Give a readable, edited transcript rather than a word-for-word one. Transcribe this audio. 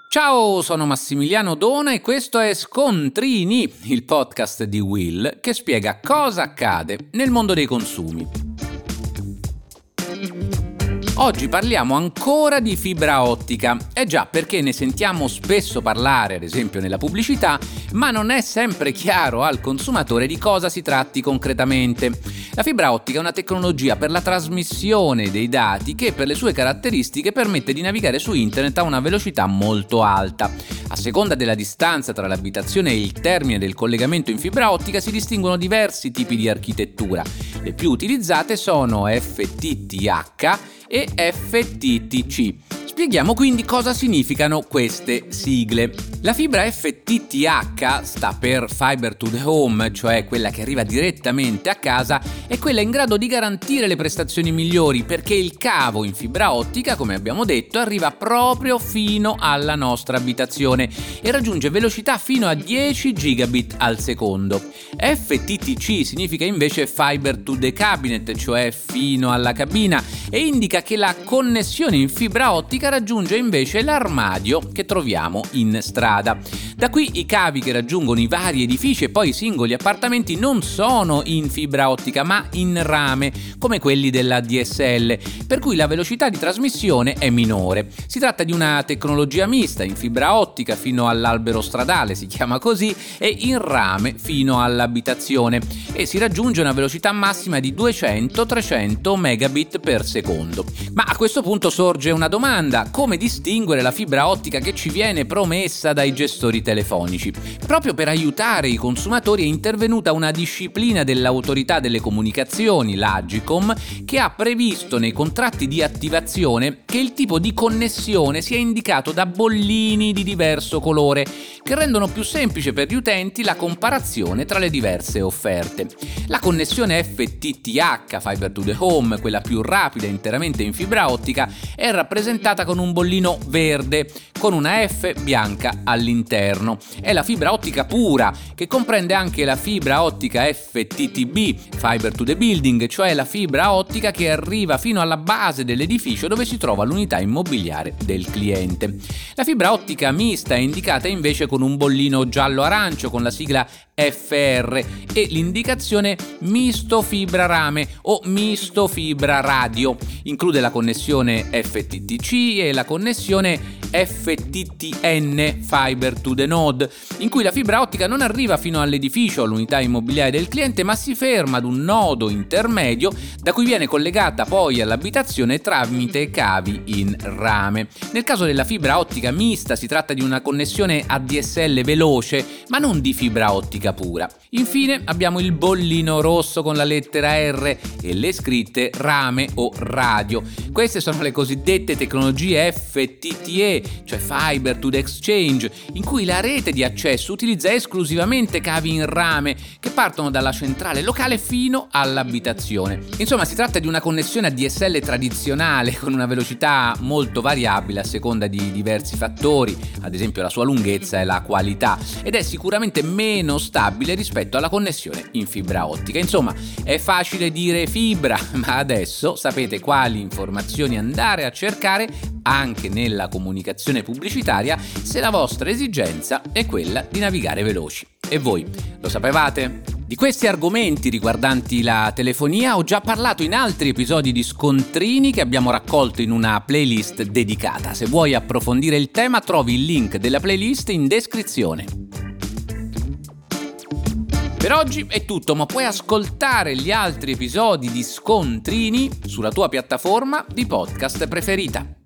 Ciao, sono Massimiliano Dona e questo è Scontrini, il podcast di Will che spiega cosa accade nel mondo dei consumi. Oggi parliamo ancora di fibra ottica, già perché ne sentiamo spesso parlare, ad esempio nella pubblicità, ma non è sempre chiaro al consumatore di cosa si tratti concretamente. La fibra ottica è una tecnologia per la trasmissione dei dati che per le sue caratteristiche permette di navigare su internet a una velocità molto alta. A seconda della distanza tra l'abitazione e il termine del collegamento in fibra ottica si distinguono diversi tipi di architettura. Le più utilizzate sono FTTH e FTTC. Spieghiamo quindi cosa significano queste sigle. La fibra FTTH sta per Fiber to the Home, cioè quella che arriva direttamente a casa, è quella in grado di garantire le prestazioni migliori perché il cavo in fibra ottica, come abbiamo detto, arriva proprio fino alla nostra abitazione e raggiunge velocità fino a 10 gigabit al secondo. FTTC significa invece Fiber to the Cabinet, cioè fino alla cabina, e indica che la connessione in fibra ottica raggiunge invece l'armadio che troviamo in strada. Da qui i cavi che raggiungono i vari edifici e poi i singoli appartamenti non sono in fibra ottica ma in rame, come quelli della DSL, per cui la velocità di trasmissione è minore. Si tratta di una tecnologia mista, in fibra ottica fino all'albero stradale, si chiama così, e in rame fino all'abitazione, e si raggiunge una velocità massima di 200-300 megabit per secondo. Ma a questo punto sorge una domanda: come distinguere la fibra ottica che ci viene promessa dai gestori telefonici? Proprio per aiutare i consumatori è intervenuta una disciplina dell'autorità delle comunicazioni, l'Agcom, che ha previsto nei contratti di attivazione che il tipo di connessione sia indicato da bollini di diverso colore, che rendono più semplice per gli utenti la comparazione tra le diverse offerte. La connessione FTTH, Fiber to the Home, quella più rapida e interamente in fibra ottica, è rappresentata con un bollino verde con una F bianca all'interno. È la fibra ottica pura, che comprende anche la fibra ottica FTTB, Fiber to the Building, cioè la fibra ottica che arriva fino alla base dell'edificio dove si trova l'unità immobiliare del cliente. La fibra ottica mista è indicata invece con un bollino giallo-arancio con la sigla FR e l'indicazione misto fibra rame o misto fibra radio. Include la connessione FTTC e la connessione FTTN, Fiber to the Node, in cui la fibra ottica non arriva fino all'edificio o all'unità immobiliare del cliente, ma si ferma ad un nodo intermedio da cui viene collegata poi all'abitazione tramite cavi in rame. Nel caso della fibra ottica mista si tratta di una connessione ADSL veloce, ma non di fibra ottica pura. Infine abbiamo il bollino rosso con la lettera R e le scritte rame o radio. Queste sono le cosiddette tecnologie FTTE, cioè Fiber to the Exchange, in cui la rete di accesso utilizza esclusivamente cavi in rame che partono dalla centrale locale fino all'abitazione. Insomma, si tratta di una connessione ADSL tradizionale con una velocità molto variabile a seconda di diversi fattori, ad esempio la sua lunghezza e la qualità, ed è sicuramente meno stabile rispetto alla connessione in fibra ottica. Insomma, è facile dire fibra, ma adesso sapete quali informazioni andare a cercare anche nella comunicazione pubblicitaria se la vostra esigenza è quella di navigare veloci. E voi, lo sapevate? Di questi argomenti riguardanti la telefonia ho già parlato in altri episodi di Scontrini che abbiamo raccolto in una playlist dedicata. Se vuoi approfondire il tema trovi il link della playlist in descrizione. Per oggi è tutto, ma puoi ascoltare gli altri episodi di Scontrini sulla tua piattaforma di podcast preferita.